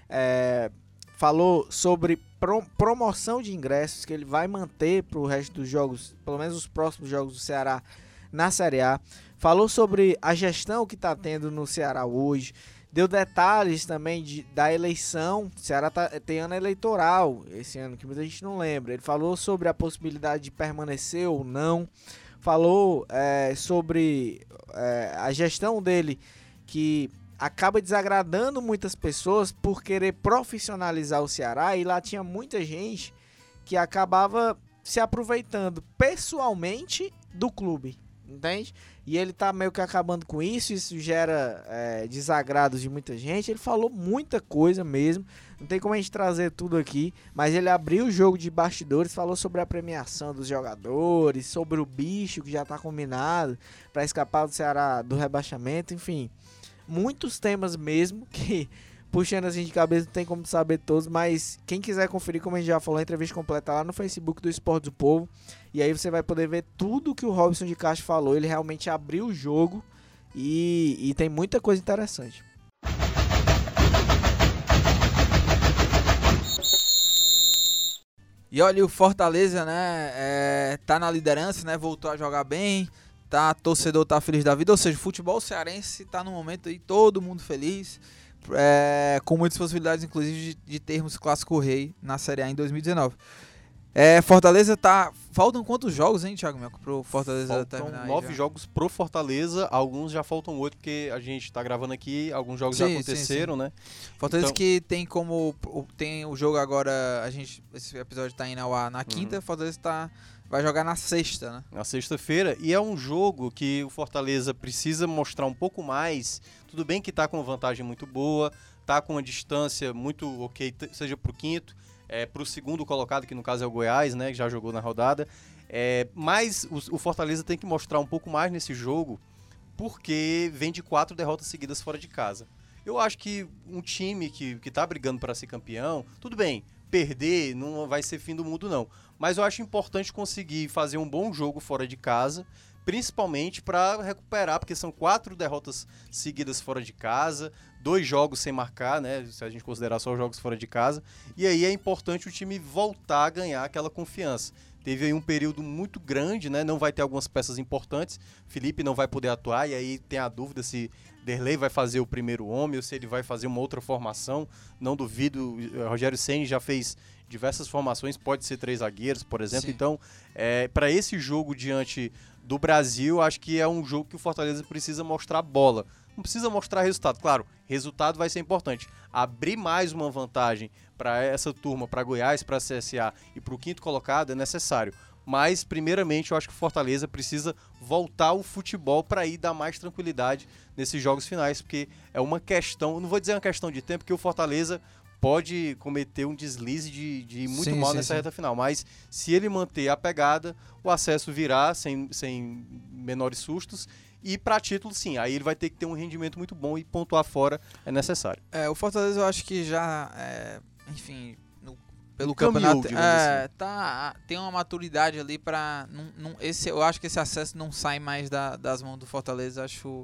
Speaker 3: falou sobre promoção de ingressos que ele vai manter para o resto dos jogos, pelo menos os próximos jogos do Ceará na Série A. Falou sobre a gestão que está tendo no Ceará hoje. Deu detalhes também da eleição. O Ceará tem ano eleitoral esse ano, que muita gente não lembra. Ele falou sobre a possibilidade de permanecer ou não. Falou sobre a gestão dele, que acaba desagradando muitas pessoas por querer profissionalizar o Ceará. E lá tinha muita gente que acabava se aproveitando pessoalmente do clube, entende? E ele tá meio que acabando com isso gera desagrados de muita gente. Ele falou muita coisa mesmo, não tem como a gente trazer tudo aqui, mas ele abriu o jogo de bastidores, falou sobre a premiação dos jogadores, sobre o bicho que já tá combinado para escapar do Ceará do rebaixamento, enfim, muitos temas mesmo que, puxando assim de cabeça, não tem como saber todos, mas quem quiser conferir, como a gente já falou, a entrevista completa lá no Facebook do Esporte do Povo, e aí você vai poder ver tudo que o Robson de Castro falou. Ele realmente abriu o jogo e tem muita coisa interessante.
Speaker 2: E olha, o Fortaleza, né, tá na liderança, né, voltou a jogar bem, torcedor tá feliz da vida, ou seja, o futebol cearense tá no momento aí, todo mundo feliz, com muitas possibilidades, inclusive, de termos Clássico Rei na Série A em 2019. Fortaleza tá... Faltam quantos jogos, hein, Thiago Melco, pro Fortaleza terminar?
Speaker 4: Faltam 9 jogos pro Fortaleza, alguns já faltam 8, porque a gente tá gravando aqui, alguns jogos já aconteceram, sim. Né?
Speaker 2: Fortaleza então... que tem como... Tem o jogo agora, esse episódio tá indo ao ar na quinta, Fortaleza vai jogar na sexta, né?
Speaker 4: Na sexta-feira, e é um jogo que o Fortaleza precisa mostrar um pouco mais. Tudo bem que tá com uma vantagem muito boa, tá com uma distância muito ok, seja pro quinto, pro segundo colocado, que no caso é o Goiás, né, que já jogou na rodada. Mas o Fortaleza tem que mostrar um pouco mais nesse jogo, porque vem de 4 derrotas seguidas fora de casa. Eu acho que um time que tá brigando para ser campeão, tudo bem, perder não vai ser fim do mundo não, mas eu acho importante conseguir fazer um bom jogo fora de casa, principalmente para recuperar, porque são 4 derrotas seguidas fora de casa, 2 jogos sem marcar, né, se a gente considerar só os jogos fora de casa, e aí é importante o time voltar a ganhar aquela confiança. Teve aí um período muito grande, né, não vai ter algumas peças importantes, Felipe não vai poder atuar, e aí tem a dúvida se Derlei vai fazer o primeiro homem ou se ele vai fazer uma outra formação, não duvido, Rogério Ceni já fez diversas formações, pode ser 3 zagueiros, por exemplo. Sim. Então, para esse jogo diante do Brasil, acho que é um jogo que o Fortaleza precisa mostrar bola. Não precisa mostrar resultado. Claro, resultado vai ser importante. Abrir mais uma vantagem para essa turma, para Goiás, para a CSA e para o quinto colocado é necessário. Mas, primeiramente, eu acho que o Fortaleza precisa voltar ao futebol para ir dar mais tranquilidade nesses jogos finais, porque é uma questão, não vou dizer uma questão de tempo, porque o Fortaleza pode cometer um deslize de ir muito mal nessa reta final, mas se ele manter a pegada, o acesso virá sem menores sustos, e para título sim, aí ele vai ter que ter um rendimento muito bom e pontuar fora é necessário.
Speaker 2: O Fortaleza eu acho que já, enfim, pelo
Speaker 4: caminhou,
Speaker 2: campeonato, tem uma maturidade ali para eu acho que esse acesso não sai mais das mãos do Fortaleza, acho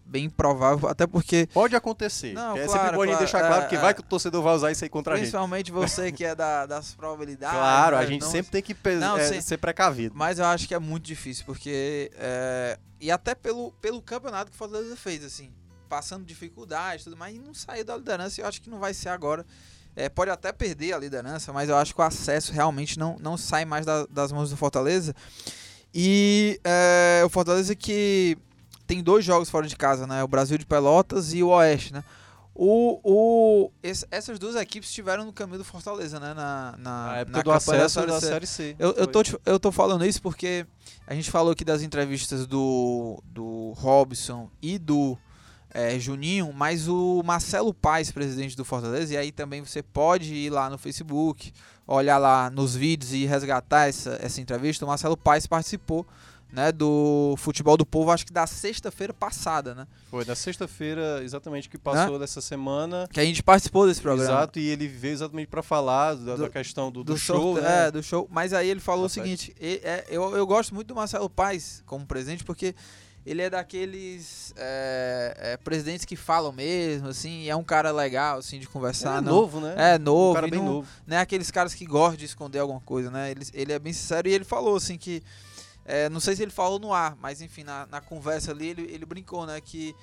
Speaker 2: bem improvável, até porque...
Speaker 4: Pode acontecer.
Speaker 2: Não,
Speaker 4: é
Speaker 2: claro,
Speaker 4: sempre bom a gente deixar claro, porque vai que o torcedor vai usar isso aí contra a gente.
Speaker 2: Principalmente você que é das probabilidades.
Speaker 4: Claro,
Speaker 2: né?
Speaker 4: a gente
Speaker 2: Não-
Speaker 4: sempre tem que
Speaker 2: Não, sim.
Speaker 4: ser precavido.
Speaker 2: Mas eu acho que é muito difícil, porque... e até pelo campeonato que o Fortaleza fez, assim, passando dificuldade e tudo mais, e não saiu da liderança, e eu acho que não vai ser agora. Pode até perder a liderança, mas eu acho que o acesso realmente não sai mais das mãos do Fortaleza. E o Fortaleza que tem 2 jogos fora de casa, né? O Brasil de Pelotas e o Oeste, né? Essas 2 equipes estiveram no caminho do Fortaleza, né? Na
Speaker 4: época do
Speaker 2: campanha
Speaker 4: acesso da
Speaker 2: C.
Speaker 4: Série C.
Speaker 2: Eu tô falando isso porque a gente falou aqui das entrevistas do Robson e do Juninho, mas o Marcelo Paes, presidente do Fortaleza, e aí também você pode ir lá no Facebook, olhar lá nos vídeos e resgatar essa entrevista. O Marcelo Paes participou, né, do Futebol do Povo, acho que da sexta-feira passada, né?
Speaker 4: Foi da sexta-feira, exatamente, que passou dessa semana.
Speaker 2: Que a gente participou desse programa.
Speaker 4: Exato, e ele veio exatamente para falar da questão do show,
Speaker 2: sorteio,
Speaker 4: né?
Speaker 2: do show. Mas aí ele falou
Speaker 4: Da
Speaker 2: o seguinte, eu gosto muito do Marcelo Paes como presidente, porque ele é daqueles presidentes que falam mesmo, assim, e é um cara legal, assim, de conversar.
Speaker 4: Ele é novo, né?
Speaker 2: É novo.
Speaker 4: Um cara
Speaker 2: e
Speaker 4: bem
Speaker 2: não,
Speaker 4: novo.
Speaker 2: não é aqueles caras que gostam de esconder alguma coisa, né? Ele é bem sincero e ele falou, assim, que... não sei se ele falou no ar, mas enfim, na conversa ali ele brincou, né? Que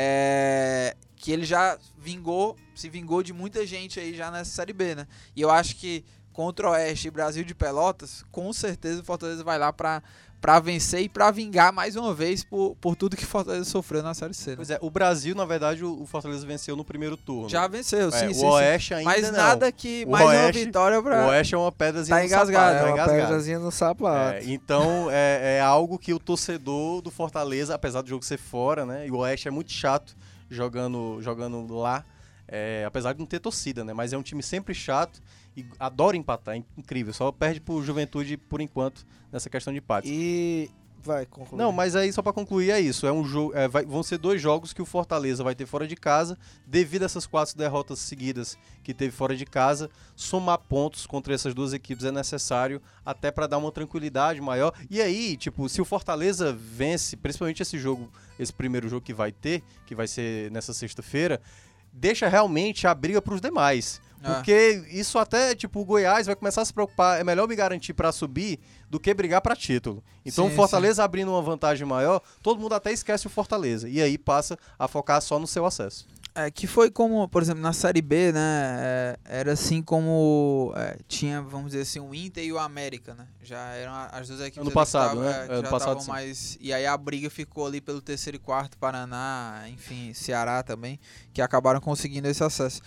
Speaker 2: ele já se vingou de muita gente aí já nessa Série B, né? E eu acho que contra o Oeste e Brasil de Pelotas, com certeza o Fortaleza vai lá pra vencer e pra vingar mais uma vez por tudo que o Fortaleza sofreu na Série C. Né?
Speaker 4: Pois é, o Brasil, na verdade, o Fortaleza venceu no primeiro turno.
Speaker 2: Já venceu, sim, sim.
Speaker 4: O Oeste ainda
Speaker 2: mas
Speaker 4: não.
Speaker 2: nada que
Speaker 4: O
Speaker 2: mais uma
Speaker 4: Oeste-
Speaker 2: vitória pra...
Speaker 4: O Oeste é uma pedrazinha
Speaker 2: Tá
Speaker 4: no
Speaker 2: engasgado,
Speaker 4: sapato.
Speaker 3: É
Speaker 4: Tá
Speaker 3: uma
Speaker 4: engasgado.
Speaker 3: pedrazinha no sapato.
Speaker 4: Então, é algo que o torcedor do Fortaleza, apesar do jogo ser fora, né? E o Oeste é muito chato jogando lá, apesar de não ter torcida, né? Mas é um time sempre chato e adora empatar, é incrível. Só perde pro Juventude, por enquanto, nessa questão de empate.
Speaker 3: E vai concluir.
Speaker 4: Não, mas aí só pra concluir é isso. É um jogo, vão ser 2 jogos que o Fortaleza vai ter fora de casa, devido a essas 4 derrotas seguidas que teve fora de casa. Somar pontos contra essas 2 equipes é necessário, até pra dar uma tranquilidade maior. E aí, tipo, se o Fortaleza vence, principalmente esse primeiro jogo que vai ser nessa sexta-feira, deixa realmente a briga pros demais. Porque isso até, tipo, o Goiás vai começar a se preocupar. É melhor me garantir pra subir do que brigar pra título. Então,
Speaker 2: Sim,
Speaker 4: o Fortaleza abrindo uma vantagem maior, todo mundo até esquece o Fortaleza. E aí passa a focar só no seu acesso.
Speaker 2: Que foi como, por exemplo, na Série B, né? Era assim como tinha, vamos dizer assim, o Inter e o América, né? Já eram as 2 equipes
Speaker 4: Ano
Speaker 2: ali
Speaker 4: passado,
Speaker 2: que
Speaker 4: né?
Speaker 2: que
Speaker 4: Ano
Speaker 2: já
Speaker 4: passado,
Speaker 2: estavam
Speaker 4: sim.
Speaker 2: mais. E aí a briga ficou ali pelo 3º e 4º, Paraná, enfim, Ceará também, que acabaram conseguindo esse acesso.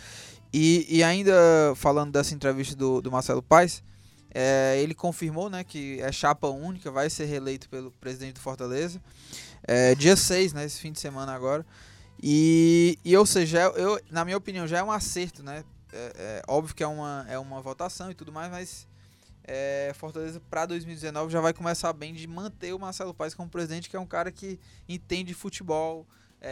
Speaker 2: E ainda falando dessa entrevista do Marcelo Paes, ele confirmou, né, que é chapa única, vai ser reeleito pelo presidente do Fortaleza. Dia 6, né, esse fim de semana agora. E ou seja, na minha opinião, já é um acerto, né? Óbvio que é uma votação e tudo mais, mas Fortaleza para 2019 já vai começar bem de manter o Marcelo Paes como presidente, que é um cara que entende futebol,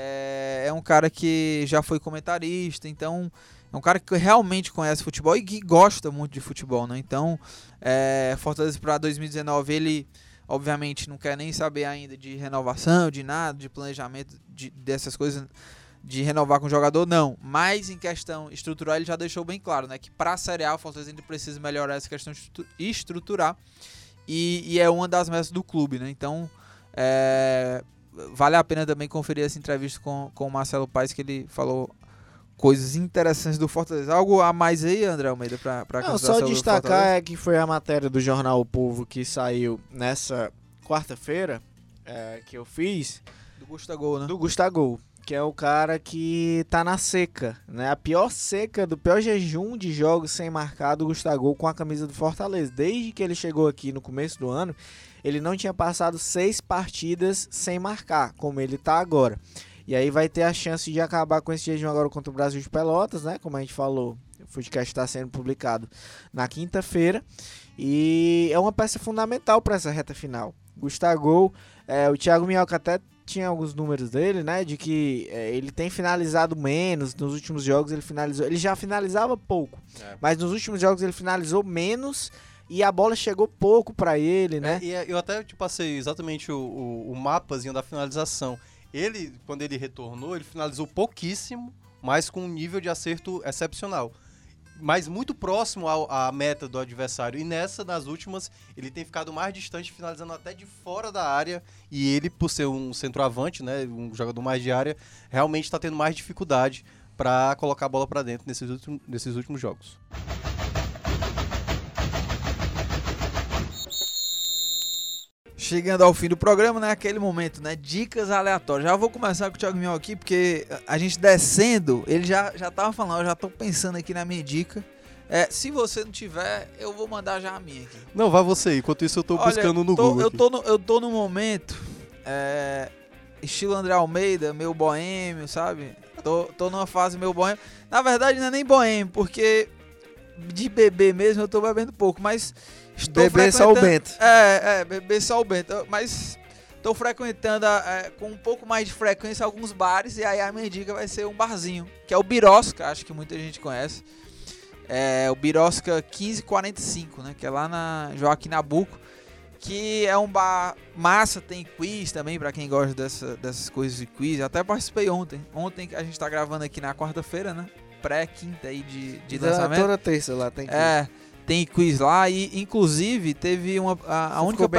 Speaker 2: é um cara que já foi comentarista, então é um cara que realmente conhece futebol e que gosta muito de futebol, né? Então, Fortaleza para 2019, ele obviamente não quer nem saber ainda de renovação, de nada, de planejamento, dessas coisas, de renovar com o jogador, não. Mas em questão estrutural, ele já deixou bem claro, né? Que para a Série A, o Fortaleza ainda precisa melhorar essa questão estruturar. E é uma das metas do clube, né? Então, vale a pena também conferir essa entrevista com o Marcelo Paes, que ele falou coisas interessantes do Fortaleza. Algo a mais aí, André Almeida, para
Speaker 3: Não, só destacar que foi a matéria do Jornal O Povo que saiu nessa quarta-feira, que eu fiz,
Speaker 2: do Gustavo, né?
Speaker 3: do Gustavo, que é o cara que tá na seca, né? A pior seca, do pior jejum de jogos sem marcar do Gustavo com a camisa do Fortaleza. Desde que ele chegou aqui no começo do ano, ele não tinha passado 6 partidas sem marcar, como ele tá agora. E aí vai ter a chance de acabar com esse jejum agora contra o Brasil de Pelotas, né? Como a gente falou, o podcast está sendo publicado na quinta-feira. E é uma peça fundamental para essa reta final. Gustavo, o Thiago Minhoca até tinha alguns números dele, né? De que ele tem finalizado menos. Nos últimos jogos ele já finalizava pouco. Mas nos últimos jogos ele finalizou menos e a bola chegou pouco para ele, né?
Speaker 4: Eu até te passei exatamente o mapazinho da finalização. Ele, quando ele retornou, ele finalizou pouquíssimo, mas com um nível de acerto excepcional. Mas muito próximo à meta do adversário. E nas últimas, ele tem ficado mais distante, finalizando até de fora da área. E ele, por ser um centroavante, né, um jogador mais de área, realmente está tendo mais dificuldade para colocar a bola para dentro nesses últimos jogos.
Speaker 2: Chegando ao fim do programa, né? Aquele momento, né? Dicas aleatórias. Já vou começar com o Thiago Minhoca aqui, porque a gente descendo, ele já tava falando, eu já tô pensando aqui na minha dica. Se você não tiver, eu vou mandar já a minha aqui.
Speaker 4: Não, vai você. Enquanto isso eu tô buscando no Google.
Speaker 2: Eu tô no momento, estilo André Almeida, meu boêmio, sabe? Tô numa fase meu boêmio. Na verdade, não é nem boêmio, porque de beber mesmo eu tô bebendo pouco, mas...
Speaker 3: Beber só o Bento.
Speaker 2: Beber só o Bento. Mas tô frequentando com um pouco mais de frequência alguns bares. E aí a minha dica vai ser um barzinho, que é o Birosca, acho que muita gente conhece. É o Birosca 1545, né? Que é lá na Joaquim Nabuco. Que é um bar massa, tem quiz também, pra quem gosta dessas coisas de quiz. Até participei ontem. Ontem a gente tá gravando aqui na quarta-feira, né? Pré-quinta aí de lançamento.
Speaker 3: Toda terça lá tem quiz.
Speaker 2: Tem quiz lá e, inclusive, teve a única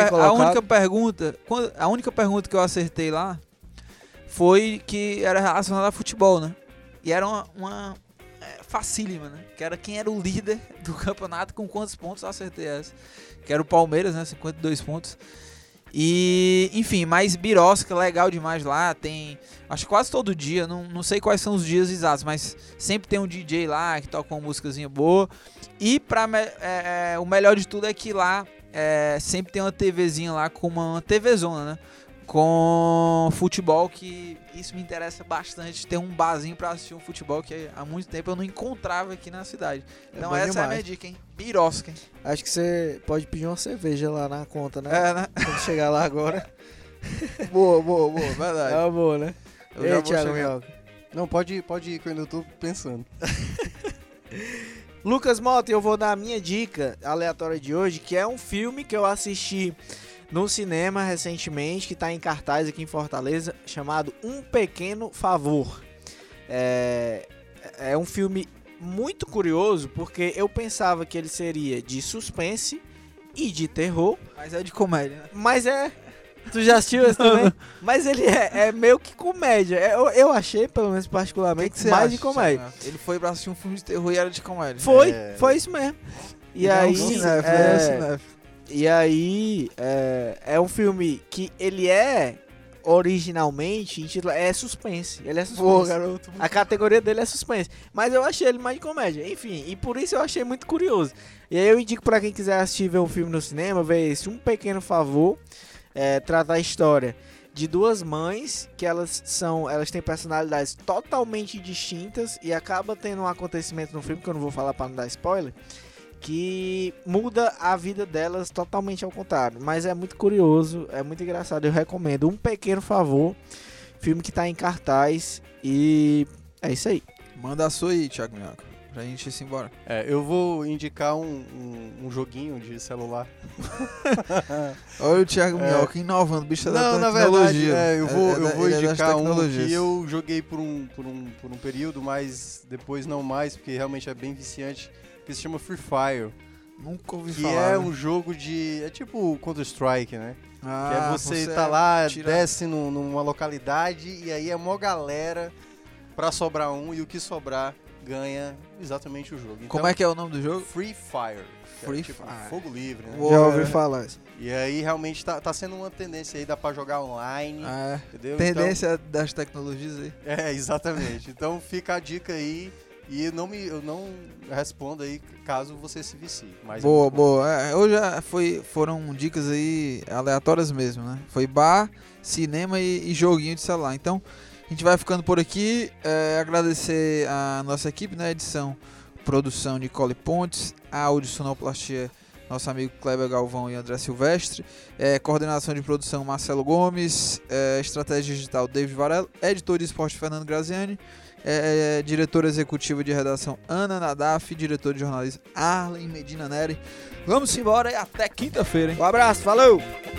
Speaker 2: pergunta que eu acertei lá foi que era relacionada a futebol, né? E era uma facílima, né? Que era quem era o líder do campeonato, com quantos pontos eu acertei essa. Que era o Palmeiras, né? 52 pontos. E, enfim, mais Birosca, legal demais lá. Tem, acho que quase todo dia, não sei quais são os dias exatos, mas sempre tem um DJ lá que toca uma músicazinha boa. E o melhor de tudo é que lá sempre tem uma TVzinha lá, com uma TVzona, né? Com futebol, que isso me interessa bastante, ter um barzinho pra assistir um futebol que há muito tempo eu não encontrava aqui na cidade. Então essa demais. É a minha dica, hein? Birosca, hein?
Speaker 3: Acho que você pode pedir uma cerveja lá na conta, né?
Speaker 2: Né?
Speaker 3: Quando chegar lá agora.
Speaker 2: Boa, verdade.
Speaker 3: É boa, né?
Speaker 2: Eu
Speaker 3: Thiago Minhoca.
Speaker 4: Não, pode ir que eu ainda tô pensando.
Speaker 3: Lucas Mota, eu vou dar a minha dica aleatória de hoje, que é um filme que eu assisti no cinema recentemente, que está em cartaz aqui em Fortaleza, chamado Um Pequeno Favor. É um filme muito curioso, porque eu pensava que ele seria de suspense e de terror.
Speaker 2: Mas é de comédia, né?
Speaker 3: Mas tu já assistiu esse também? Mas ele é meio que comédia. Eu achei, pelo menos particularmente,
Speaker 2: que
Speaker 3: mais
Speaker 2: acha,
Speaker 3: de comédia.
Speaker 2: Thiago? Ele foi pra assistir um filme de terror e era de comédia.
Speaker 3: Foi isso mesmo. E aí... E aí, é um filme que ele originalmente, é suspense. Ele é suspense.
Speaker 2: Pô, garoto.
Speaker 3: A categoria dele é suspense. Mas eu achei ele mais de comédia. Enfim, e por isso eu achei muito curioso. E aí eu indico pra quem quiser assistir, ver um filme no cinema, ver esse Um Pequeno Favor. Trata a história de duas mães, que elas têm personalidades totalmente distintas. E acaba tendo um acontecimento no filme, que eu não vou falar pra não dar spoiler, que muda a vida delas totalmente ao contrário. Mas é muito curioso, é muito engraçado, eu recomendo. Um Pequeno Favor, filme que tá em cartaz, e é isso aí.
Speaker 2: Manda a sua aí, Thiago Minhoca, pra gente ir embora.
Speaker 4: Eu vou indicar um joguinho de celular.
Speaker 2: Olha o Thiago Minhoca inovando, bicho da
Speaker 4: na
Speaker 2: tecnologia.
Speaker 4: Verdade, eu vou indicar um
Speaker 2: tecnologias.
Speaker 4: que eu joguei por um período, mas depois não mais, porque realmente é bem viciante, que se chama Free Fire.
Speaker 2: Nunca ouvi
Speaker 4: que
Speaker 2: falar.
Speaker 4: Que é
Speaker 2: né?
Speaker 4: um jogo de... É tipo Counter-Strike, né?
Speaker 2: Ah,
Speaker 4: que você tá lá, desce numa localidade e aí é uma galera pra sobrar um, e o que sobrar ganha exatamente o jogo. Então,
Speaker 2: como é que é o nome do jogo?
Speaker 4: Free Fire.
Speaker 2: Free
Speaker 4: tipo
Speaker 2: Fire.
Speaker 4: fogo livre, né?
Speaker 3: Já ouvi falar isso.
Speaker 4: E aí realmente tá sendo uma tendência aí, dá pra jogar online, entendeu?
Speaker 2: Tendência das tecnologias aí.
Speaker 4: Exatamente. Então fica a dica aí. E eu não respondo aí caso você se vicie. Mas
Speaker 2: boa. Hoje foram dicas aí aleatórias mesmo, né? Foi bar, cinema e joguinho de celular. Então, a gente vai ficando por aqui. Agradecer a nossa equipe, né? Edição, produção Nicole Pontes, áudio, sonoplastia, nosso amigo Kleber Galvão e André Silvestre, coordenação de produção Marcelo Gomes, estratégia digital David Varela, editor de esporte Fernando Graziani, diretora executiva de redação Ana Nadaf, diretor de jornalismo Arlen Medina Neri. Vamos embora e até quinta-feira, hein?
Speaker 3: Um abraço, falou!